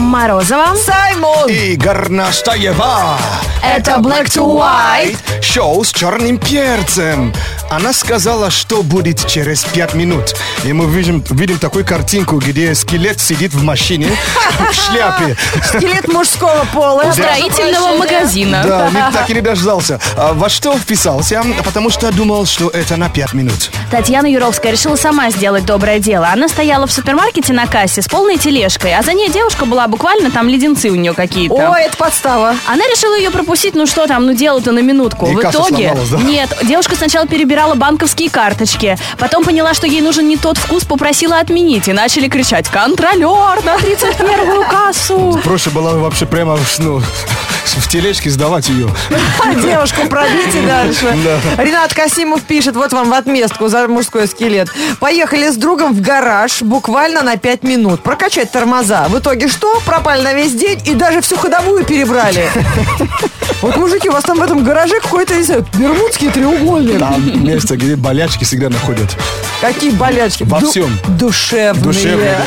Морозова, Саймон и Горностаева. Это Black to White. Шоу с черным перцем. Она сказала, что будет через 5 минут. И мы видим такую картинку, где скелет сидит в машине в шляпе. Скелет мужского пола. Строительного магазина. Да, так и не дождался. Во что вписался? Потому что думал, что это на 5 минут. Татьяна Юровская решила сама сделать доброе дело. Она стояла в супермаркете на кассе с полной тележкой, а за ней девушка была буквально, там леденцы у нее какие-то. Ой, это подстава. Она решила ее пропустить, ну что там, дело-то на минутку. И в касса итоге, сломалась, да? нет, девушка сначала перебирала банковские карточки, потом поняла, что ей нужен не тот вкус, попросила отменить, и начали кричать: «Контролер на 31-ю кассу!» Проще было вообще прямо в тележке сдавать ее. Девушку пробить и дальше. Ренат Касимов пишет, вот вам в отместку за мужской скелет. Поехали с другом в гараж буквально на 5 минут. Прокачать тормоза. В итоге что? Пропали на весь день и даже всю ходовую перебрали. Вот, мужики, у вас там в этом гараже какой-то, не знаю, бермудский треугольник. Там место, где болячки всегда находят. Какие болячки? Во всем. Душевные.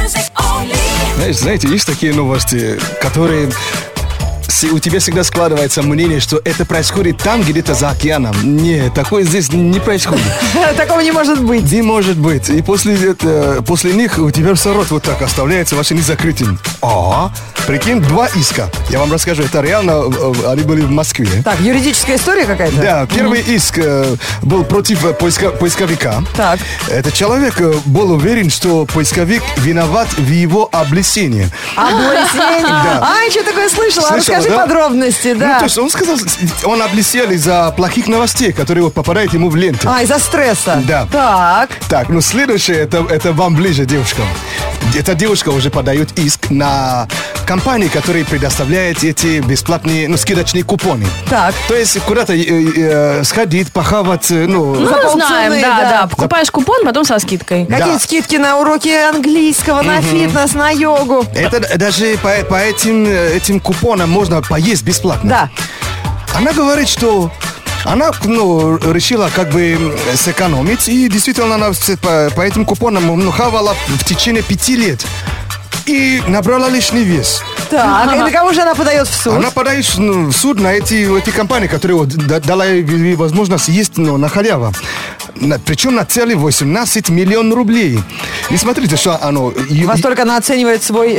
Знаете, есть такие новости, которые... У тебя всегда складывается мнение, что это происходит там, где-то за океаном. Нет, такое здесь не происходит. Такого не может быть. Не может быть. И после них у тебя все рот вот так оставляется вообще незакрытым. Прикинь, 2 иска. Я вам расскажу, это реально, они были в Москве. Так, юридическая история какая-то? Да, первый иск был против поисковика. Так. Этот человек был уверен, что поисковик виноват в его облесении. Облесение? Да. Что такое слышала? Расскажи да? подробности, да. То есть он сказал, он облесел из-за плохих новостей, которые попадают ему в ленту. Из-за стресса. Да. Так, следующее, это вам ближе, девушка. Эта девушка уже подает иск на компании, которые предоставляют эти бесплатные, скидочные купоны. Так. То есть куда-то сходить, похавать, Знаем, да. Покупаешь купон, потом со скидкой. Какие скидки на уроки английского, на фитнес, на йогу. Это даже по этим купонам можно поесть бесплатно. Да. Она говорит, что она решила как бы сэкономить, и действительно она по этим купонам хавала в течение 5 лет. И набрала лишний вес. Так, и на кого же она подает в суд? Она подает в суд на эти компании, которые дала ей возможность есть на халяву. Причем на целых 18 миллионов рублей. И смотрите, что оно... Во столько она оценивает свое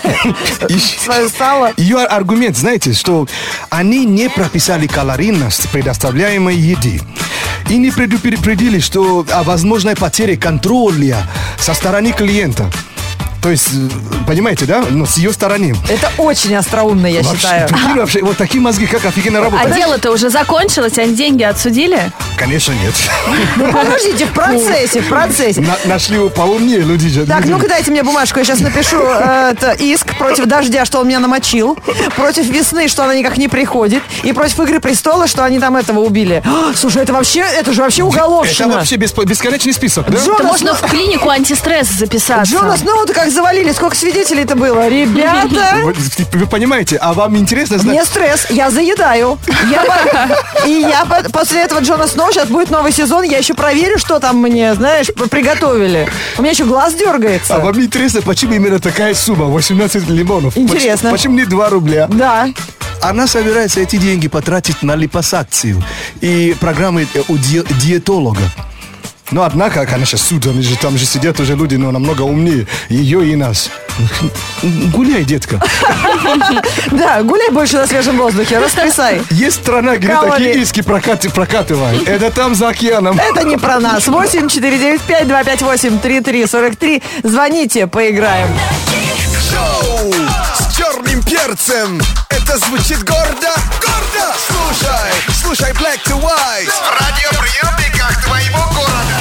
сало. Ее аргумент, знаете, что они не прописали калорийность предоставляемой еды. И не предупредили, что о возможной потере контроля со стороны клиента. То есть, понимаете, да? Но с ее стороны. Это очень остроумно, я считаю. Прикинь, вообще, вот такие мозги, как офигенно работают. А дело-то уже закончилось, они деньги отсудили? Конечно, нет. Подождите, в процессе. Нашли поумнее люди. Так, ну-ка дайте мне бумажку, я сейчас напишу иск против дождя, что он меня намочил, против весны, что она никак не приходит, и против Игры престолов, что они там этого убили. Слушай, это же вообще уголовщина. Это вообще бесконечный список, да? Это можно в клинику антистресс записаться. Джонас, ты как завалили, сколько свидетелей-то было? Ребята! Вы понимаете, а вам интересно знать? Мне стресс, я заедаю. И после этого Джона Сноу, сейчас будет новый сезон, я еще проверю, что там мне, знаешь, приготовили. У меня еще глаз дергается. А вам интересно, почему именно такая сумма? 18 лимонов. Интересно. Почему не 2 рубля? Да. Она собирается эти деньги потратить на липосакцию и программы у диетолога. Но однако, конечно, суд, там же сидят уже люди, но намного умнее ее и нас. Гуляй, детка. Да, гуляй больше на свежем воздухе, растрясай. Есть страна, где такие иски прокатывают. Это там за океаном. Это не про нас. 8-495-258-3343. Звоните, поиграем. Шоу с черным перцем. Это звучит гордо. Слушай Black to White в радиоприемниках твоего города.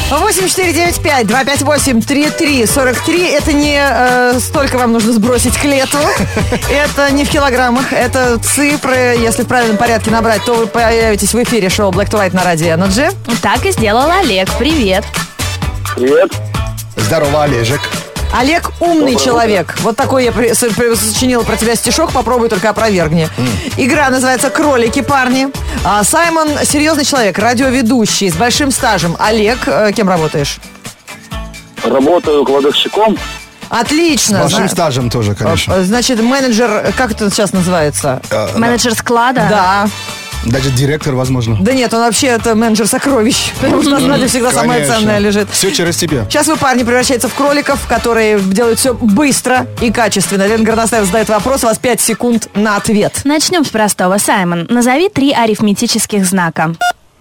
8-495-258-3343. Это не столько вам нужно сбросить клетву. Это не в килограммах. Это цифры. Если в правильном порядке набрать, то вы появитесь в эфире шоу Black to White на Радио Energy. Так и сделал Олег. Привет. Привет. Здорово, Олежек. Олег умный человек. Вот такой я сочинила про тебя стишок. Попробуй, только опровергни. Игра называется «Кролики, парни». Саймон серьезный человек, радиоведущий с большим стажем. Олег, кем работаешь? Работаю кладовщиком. Отлично. С большим стажем тоже, конечно. Значит, менеджер, как это сейчас называется? Менеджер склада? Да. Даже директор, возможно. Да нет, он вообще это менеджер сокровищ. Потому что на складе всегда самое Конечно. ценное лежит. Все через тебя. Сейчас вы, парни, превращаются в кроликов, которые делают все быстро и качественно. Лена Горностаева задает вопрос, у вас 5 секунд на ответ. Начнем с простого. Саймон, назови 3 арифметических знака.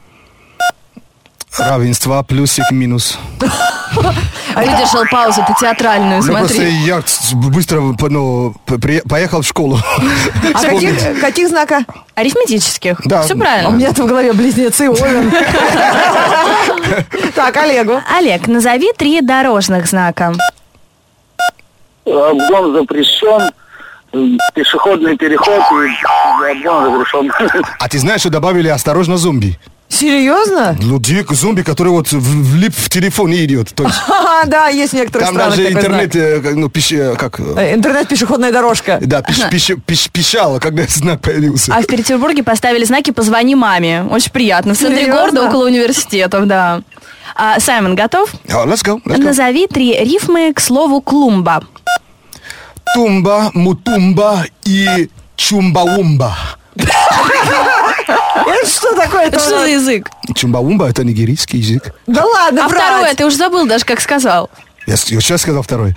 Равенство, плюсик, минус. Выдержал паузу, ты театральную, Ну, просто смотри. я быстро поехал в школу. А каких знака? Арифметических. Да. Все У правильно. меня-то в голове близнецы Овен. Так, Олегу. Олег, назови 3 дорожных знака. Обгон запрещен, пешеходный переход и обгон запрещен. А ты знаешь, что добавили «осторожно, зомби»? Серьезно? Людей, зомби, который вот влип в телефон и идет. То есть, Ага, да, есть некоторые там страны. даже такой интернет, знак. Интернет-пешеходная дорожка. Да, пищало, когда знак появился. А в Петербурге поставили знаки «Позвони маме». Очень приятно. В центре Серьезно? города, около университетов, да. Саймон, готов? Let's go. Назови 3 рифмы к слову «клумба». Тумба, мутумба и чумбаумба. Это что такое? Это что за язык? Чумбаумба – это нигерийский язык. Да ладно, А брать. второе, ты уже забыл даже, как сказал. Я сейчас сказал второй.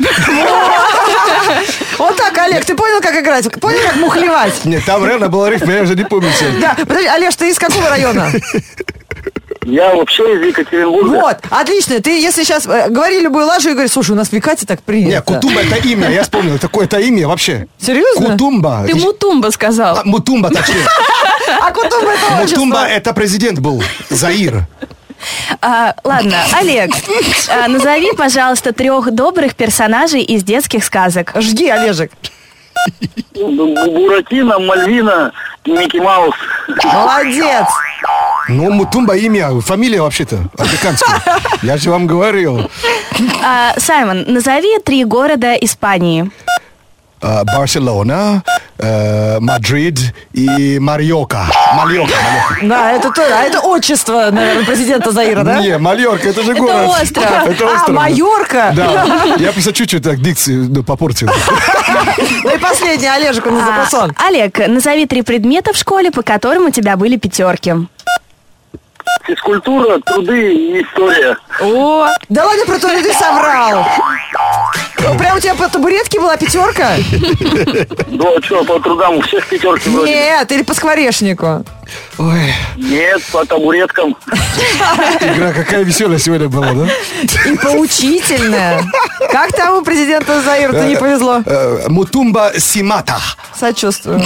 Вот так, Олег, ты понял, как играть? Понял, как мухлевать? Нет, там реально была рифма, я уже не помню все. Да, подожди, Олеж, ты из какого района? Я вообще из Екатеринбурга. Вот, отлично. Ты, если сейчас говори любую лажу и говори, слушай, у нас в Екате так принято. Нет, Кутумба – это имя, я вспомнил. Такое-то имя вообще. Серьезно? Кутумба. Ты Мутумба сказал. Мутумба, точнее. А Кутумба это Мутумба – отчество. это президент был, Заир. Ладно, Олег, назови, пожалуйста, 3 добрых персонажей из детских сказок. Жги, Олежек. Буратино, Мальвина, Микки Маус. Молодец. Ну, Мутумба имя, фамилия вообще-то африканская. Я же вам говорил. Саймон, назови 3 города Испании. Барселона, Мадрид и Мальорка. Мальорка. Да, это то, а это отчество, наверное, президента Заира, да? Не, Мальорка, это же город. остров. Это А, остров. Майорка? Да, я просто чуть-чуть так дикцию попортил. Ну и последний, Олежек, у нас запасон. Олег, назови 3 предмета в школе, по которым у тебя были 5. Физкультура, труды и история. О, Да ладно, про то ты соврал. Прям у тебя по табуретке была 5? Да, что, по трудам у всех 5 вроде. Нет, или по скворечнику. Ой, Нет, по табуреткам. игра какая веселая сегодня была, да? И поучительная. Как там у президента Заира-то не повезло? Мутумба Симата. Сочувствую.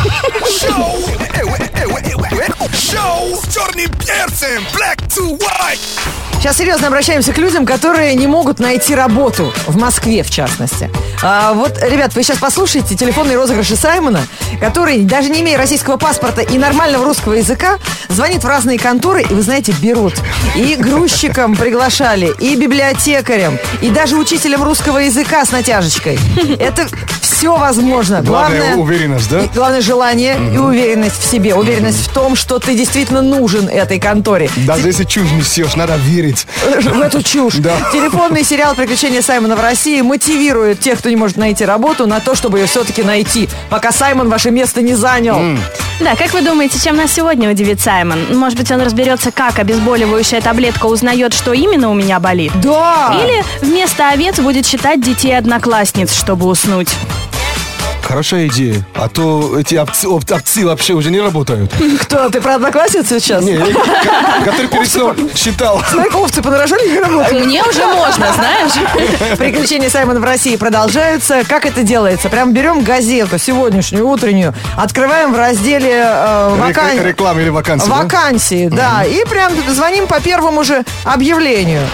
Шоу с черным перцем. Black to white. Сейчас серьезно обращаемся к людям, которые не могут найти работу. В Москве, в частности. Вот, ребят, вы сейчас послушайте телефонные розыгрыши Саймона, который, даже не имея российского паспорта и нормального русского языка, звонит в разные конторы, и, вы знаете, берут. И грузчикам приглашали, и библиотекарям, и даже учителям русского языка с натяжечкой. Это все возможно. Главное уверенность, да? Главное желание и уверенность в себе. Уверенность в том, что ты действительно нужен этой конторе. Даже если чушь несешь, надо верить. В эту чушь. Да. Телефонный сериал «Приключения Саймона в России» мотивирует тех, кто не может найти работу, на то, чтобы ее все-таки найти, пока Саймон ваше место не занял. да, как вы думаете, чем нас сегодня удивит Саймон? Может быть, он разберется, как обезболивающая таблетка узнает, что именно у меня болит? Да! Или вместо овец будет считать детей-одноклассниц, чтобы уснуть? Хорошая идея. А то эти овцы вообще уже не работают. Кто? Ты про одноклассницу сейчас? Не, который перед сном считал. Знаешь, овцы подорожали, не работают. Мне уже можно, знаешь? Приключения Саймона в России продолжаются. Как это делается? Прям берем газету сегодняшнюю, утреннюю, открываем в разделе Реклама или вакансии, да? вакансии, да, и прям звоним по первому же объявлению.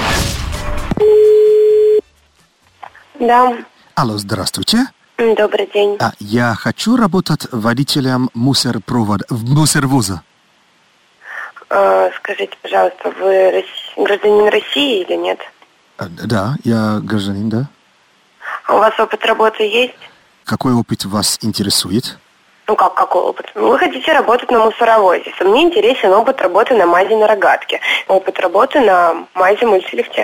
Да, Алло, здравствуйте. добрый день. Я хочу работать водителем мусоровоза. Скажите, пожалуйста, вы гражданин России или нет? Да, я гражданин, да. А у вас опыт работы есть? Какой опыт вас интересует? Ну как, какой опыт? Вы хотите работать на мусоровозе. Мне интересен опыт работы на МАЗе на рогатке, опыт работы на МАЗе мультилифте.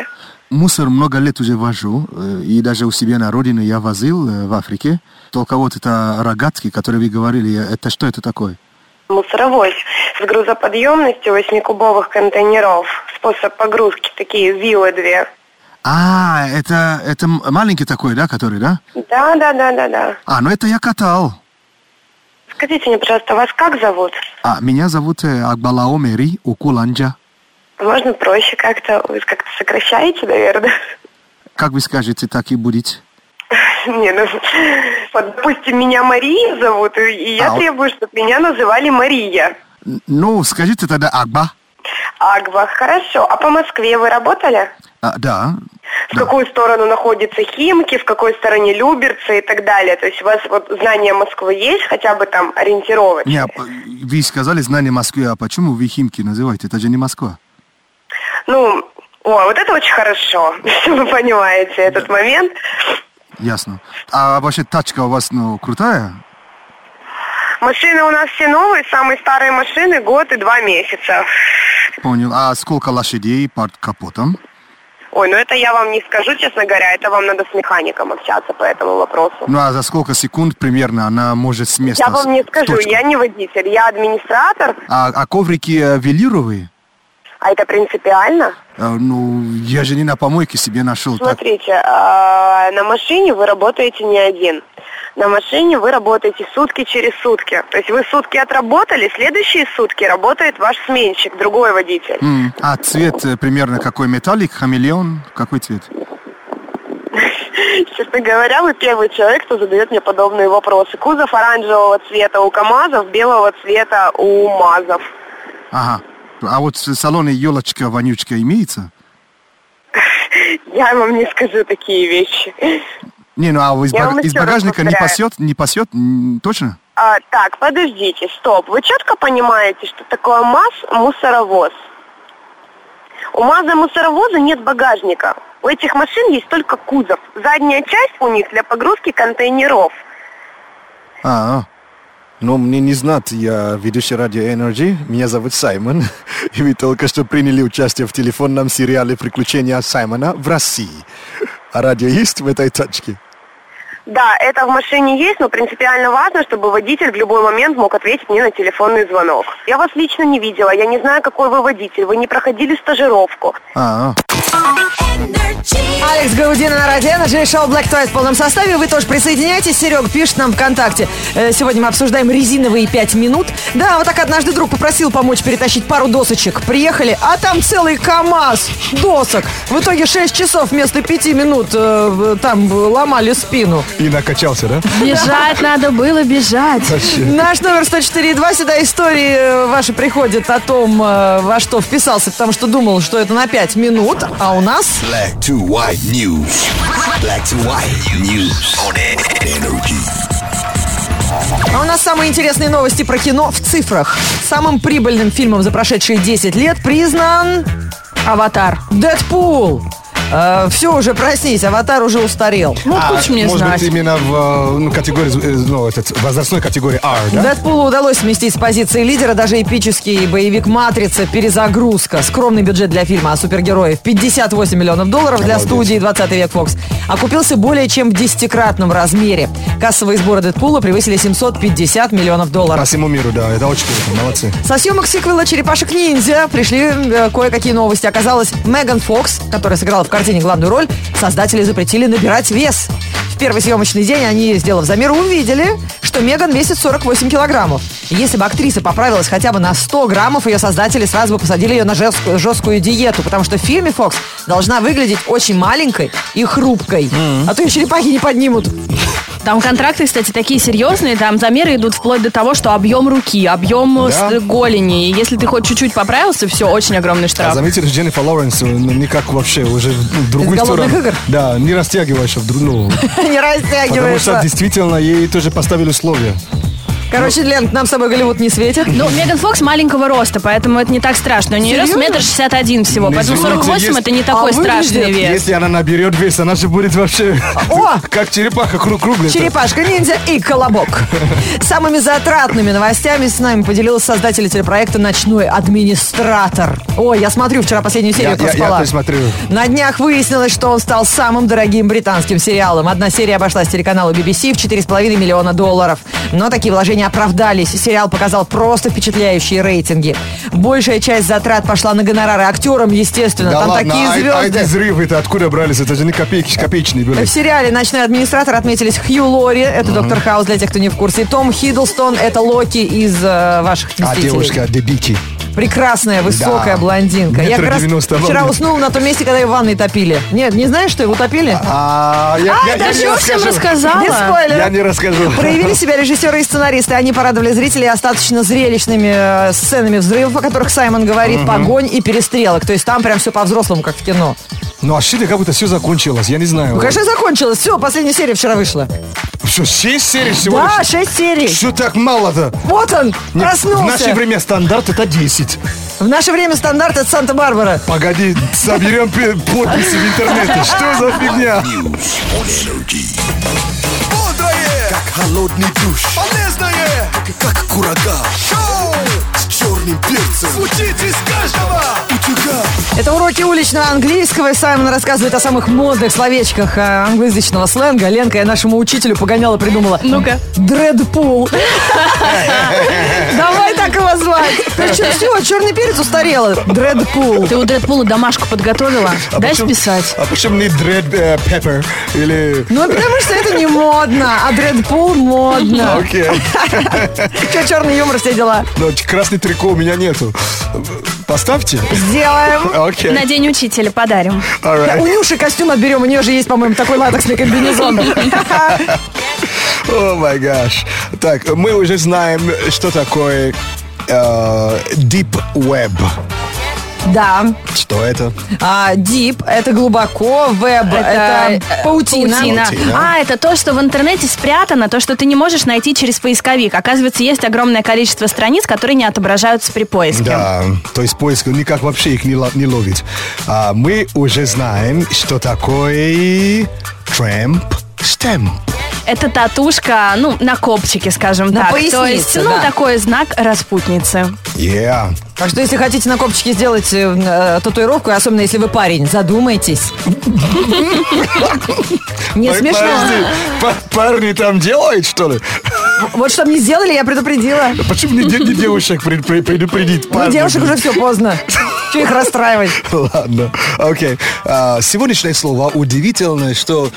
Мусор много лет уже вожу, и даже у себя на родине я возил в Африке. Только вот это рогатки, которые вы говорили, это что это такое? Мусоровоз с грузоподъемностью 8-кубовых контейнеров. Способ погрузки такие, вилы 2. А, это маленький такой, да, который, да? Да. А, ну это я катал. Скажите мне, пожалуйста, вас как зовут? Меня зовут Акбалао Мери Укуланджа. Можно проще как-то? Вы как-то сокращаете, наверное? Как вы скажете, так и будет. Не, ну, вот, допустим, меня Мария зовут, и я требую, чтобы меня называли Мария. Ну, скажите тогда Акба. Агба, хорошо. А по Москве вы работали? Да. В какую сторону находятся Химки, в какой стороне Люберцы и так далее? То есть у вас вот знание Москвы есть, хотя бы там ориентировочно? Не, вы сказали знание Москвы, а почему вы Химки называете? Это же не Москва. Ну, вот это очень хорошо, что вы понимаете этот момент. Ясно. А вообще тачка у вас, крутая? Машины у нас все новые, самые старые машины, год и 2 месяца. Понял. А сколько лошадей под капотом? Ой, ну это я вам не скажу, честно говоря, это вам надо с механиком общаться по этому вопросу. Ну а за сколько секунд примерно она может с места? Я вам не скажу, я не водитель, я администратор. А коврики велюровые? А это принципиально? Я же не на помойке себе нашел. Смотрите, на машине вы работаете не один. На машине вы работаете сутки через сутки. То есть вы сутки отработали, следующие сутки работает ваш сменщик, другой водитель. А цвет примерно какой? Металлик, хамелеон? Какой цвет? Честно говоря, вы первый человек, кто задает мне подобные вопросы. Кузов оранжевого цвета у КамАЗов, белого цвета у МАЗов. Ага. А вот в салоне елочка, вонючка имеется? Я вам не скажу такие вещи. Не, а из багажника не пасет? Точно? Так, подождите, стоп. Вы четко понимаете, что такое МАЗ-мусоровоз? У МАЗа-мусоровоза нет багажника. У этих машин есть только кузов. Задняя часть у них для погрузки контейнеров. Но мне не знать, я ведущий радио Energy, меня зовут Саймон, и вы только что приняли участие в телефонном сериале «Приключения Саймона» в России. А радио есть в этой тачке? Да, это в машине есть, но принципиально важно, чтобы водитель в любой момент мог ответить мне на телефонный звонок. Я вас лично не видела, я не знаю, какой вы водитель, вы не проходили стажировку. Алекс Гаудина на радио Energy, шоу Black Twice в полном составе. Вы тоже присоединяйтесь. Серег пишет нам ВКонтакте. Сегодня мы обсуждаем резиновые 5 минут. Да, вот так однажды друг попросил помочь перетащить пару досочек. Приехали, а там целый КамАЗ досок. В итоге 6 часов вместо 5 минут там ломали спину. И накачался, да? Бежать надо было, бежать. Наш номер 104.2. Сюда истории ваши приходят о том, во что вписался, потому что думал, что это на 5 минут. А у нас... Black to white news. Black to white news on Energy. А у нас самые интересные новости про кино в цифрах. Самым прибыльным фильмом за прошедшие 10 лет признан... Аватар. Дэдпул. Все, уже проснись, Аватар уже устарел. Ну, лучше мне может знать. быть, именно в категории, возрастной категории R, да? Дэдпулу удалось сместить с позиции лидера даже эпический боевик «Матрица. Перезагрузка». Скромный бюджет для фильма о супергероях — $58 миллионов для студии «20 век Фокс». Окупился более чем в 10-кратном размере. Кассовые сборы Дэдпула превысили $750 миллионов. По всему миру, да, это очень круто, молодцы. Со съемок сиквела «Черепашек-ниндзя» пришли кое-какие новости. Оказалось, Меган Фокс, которая сыграла в картине главную роль, создатели запретили набирать вес. В первый съемочный день они, сделав замер, увидели, что Меган весит 48 килограммов. Если бы актриса поправилась хотя бы на 100 граммов, ее создатели сразу бы посадили ее на жесткую диету, потому что в фильме Фокс должна выглядеть очень маленькой и хрупкой. А то ее черепахи не поднимут. Там контракты, кстати, такие серьезные. Там замеры идут вплоть до того, что объем руки, объем голени. И если ты хоть чуть-чуть поправился, все, очень огромный штраф. Заметили, Дженнифер Лоуренс никак вообще уже в другую сторону. «Голодных игр»? Да, не растягиваешь, Не растягиваешь. Потому что действительно ей тоже поставили условия. Короче, Лен, нам с тобой Голливуд не светит. Ну, Меган Фокс маленького роста, поэтому это не так страшно. У нее рост Серьезно? 1,61 м всего, поэтому Извините, 48 есть- это не такой выглядит, страшный вес. Если она наберет вес, она же будет вообще О! как черепаха круглая. Черепашка-ниндзя и Колобок. Самыми затратными новостями с нами поделилась создатель телепроекта «Ночной администратор». Ой, я смотрю, вчера последнюю серию Я проспала. посмотрю. На днях выяснилось, что он стал самым дорогим британским сериалом. Одна серия обошлась телеканалу BBC в $4,5 миллиона. Но такие вложения оправдались. Сериал показал просто впечатляющие рейтинги. Большая часть затрат пошла на гонорары актерам, естественно. Да Там ладно, такие а эти звезды. взрывы-то откуда брались? Это же не копеечные были. В сериале «Ночной администратор» отметились Хью Лори, это Доктор Хаус, для тех, кто не в курсе, и Том Хиддлстон, это Локи из ваших А «Мстителей». девушка Дебики. Прекрасная, высокая Да. блондинка. Я как раз 1,90 м. вчера уснула на том месте, когда ее в ванной топили. Нет, не знаешь, что его топили? Я Да не что всем расскажу. рассказала? Без спойлеров. Я не расскажу. Проявили себя режиссеры и сценаристы. Они порадовали зрителей остаточно зрелищными сценами взрывов, о которых Саймон говорит, погонь и перестрелок. То есть там прям все по-взрослому, как в кино. Ну, а что-то как будто все закончилось, я не знаю. Ну, конечно, закончилось. Все, последняя серия вчера вышла. Что, 6 серий всего Да, лишь? 6 серий. Что так мало-то? Вот он, Нет, проснулся. В наше время стандарт это 10. В наше время стандарт это Санта-Барбара. Погоди, соберем подписи в интернете. Что за фигня? News on Energy. Бодрое, как холодный душ. Полезное, как курага. Шоу с черным перцем. Звучит из каждого утюга. Это уроки уличного английского. И Саймон рассказывает о самых модных словечках англоязычного сленга. Ленка, я нашему учителю погоняла, придумала. Ну-ка. Дредпул. Давай так его звать. Причем все, черный перец устарел. Дредпул. Ты у Дэдпула домашку подготовила? Дай почему- списать. А почему не Dread Pepper? Или... Ну, потому что это не модно, а дредпул модно. Окей. Че, черный юмор, все дела. Но красный трико у меня нету. Поставьте. Сделаем. Окей. На день учителя подарим. Alright. У Нюши костюм отберем, у нее же есть, по-моему, такой латексный комбинезон. О май гаш. Так, мы уже знаем, что такое Deep Web. Да. Что это? Deep — это глубоко, веб — это паутина. Паутина. А, это то, что в интернете спрятано, то, что ты не можешь найти через поисковик. Оказывается, есть огромное количество страниц, которые не отображаются при поиске. Да, то есть поиск никак вообще их не ловит. Мы уже знаем, что такое Tramp Stamp. Это татушка, ну, на копчике, скажем На так. То пояснице, есть, ну, да. такой знак распутницы. Yeah. Так что, если хотите на копчике сделать татуировку, особенно если вы парень, задумайтесь. Не Ой, смешно. подожди, парни там делают, что ли? Вот чтобы не сделали, я предупредила. Почему не девушек предупредить? Ну, девушек уже все поздно. Че их расстраивать? Ладно, окей. Сегодняшнее слово удивительно, что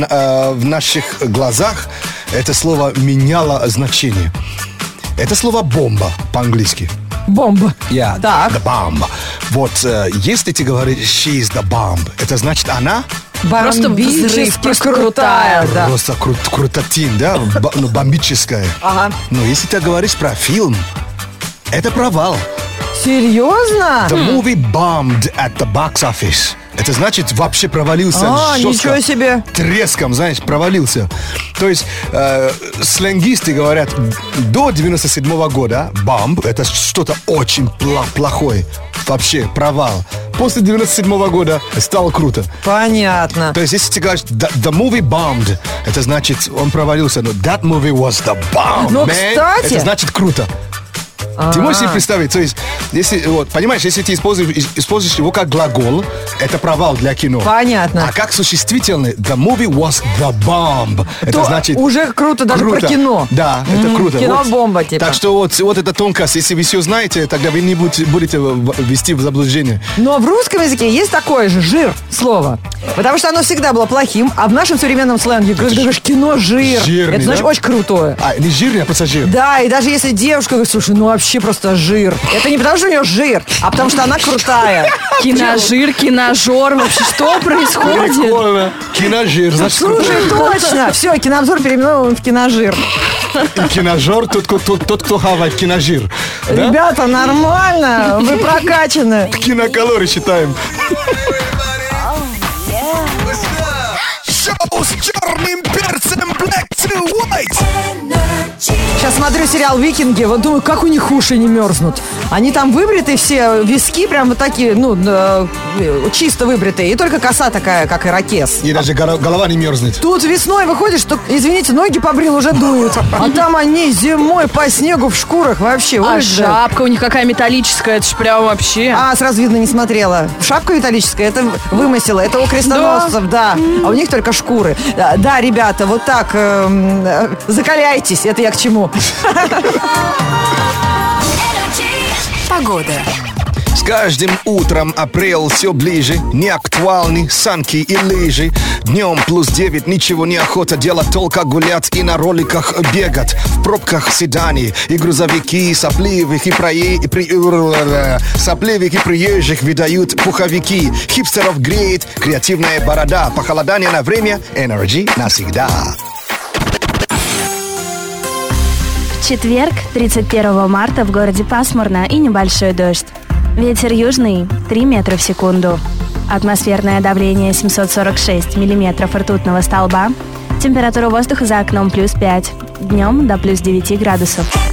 в наших глазах это слово меняло значение. Это слово «бомба» по-английски. Бомба. Так. The bomb. Вот, если ты говоришь «she is the bomb», это значит «она»? Просто взрыв, Бомбически просто крутая. Да. Просто крутотин, да? Ну, бомбическая. Ага. Но если ты говоришь про фильм, это провал. Серьезно? The movie bombed at the box office. Это значит, вообще провалился жестко. Ничего себе. Треском, знаешь, провалился. То есть, сленгисты говорят, до 97-го года бомб — это что-то очень плохое. Вообще, провал. После 97-го года стало круто. Понятно. То есть, если ты говоришь, the movie bombed, это значит, он провалился. Но that movie was the bomb, Но, man. кстати- Это значит круто. Ты можешь себе представить, то есть, если, вот, понимаешь, если ты используешь его как глагол, это провал для кино. Понятно. А как существительный, the movie was the bomb, это То значит... уже круто даже про кино. Да, это круто. кино-бомба, типа. Так что вот эта тонкость, если вы все знаете, тогда вы не будете ввести в заблуждение. Но в русском языке есть такое же жир слово. Потому что оно всегда было плохим, а в нашем современном сленге, когда ты говоришь кино жир, Жирный, это значит да? очень крутое. А, не жирный, а пассажир. Да, и даже если девушка говорит, слушай, ну вообще просто жир. Это не потому, что у нее жир, а потому, что она крутая. Киножир, киножор, вообще что происходит? Прикольно. Киножир, значит, Слушай, точно. Все, кинообзор переименован в киножир. киножор, тот, кто хавает киножир. Да? Ребята, нормально, вы прокачаны. Кинокалории считаем. Шоу с черным перцем Black to White. Сейчас смотри, смотрю сериал «Викинги», вот думаю, как у них уши не мерзнут. Они там выбриты все, виски прям вот такие, чисто выбритые. И только коса такая, как ирокез. И даже голова не мерзнет. Тут весной выходишь, что, извините, ноги побрил, уже дуют. А там они зимой по снегу в шкурах вообще. А ужас. шапка у них какая металлическая, это ж прям вообще. Сразу видно, не смотрела. Шапка металлическая, это вымысела, это у крестоносцев, да. А у них только шкуры. Да, ребята, вот так, закаляйтесь, это я к чему. Погода. С каждым утром апрель все ближе. Неактуальны санки и лыжи. Днем +9, ничего не охота делать, только гулять и на роликах бегать. В пробках седани и грузовики сопливых и приезжих выдают пуховики. Хипстеров греет креативная борода. Похолодание на время, Energy навсегда. В четверг, 31 марта, в городе пасмурно и небольшой дождь. Ветер южный 3 метра в секунду. Атмосферное давление 746 миллиметров ртутного столба. Температура воздуха за окном +5. Днем до +9 градусов.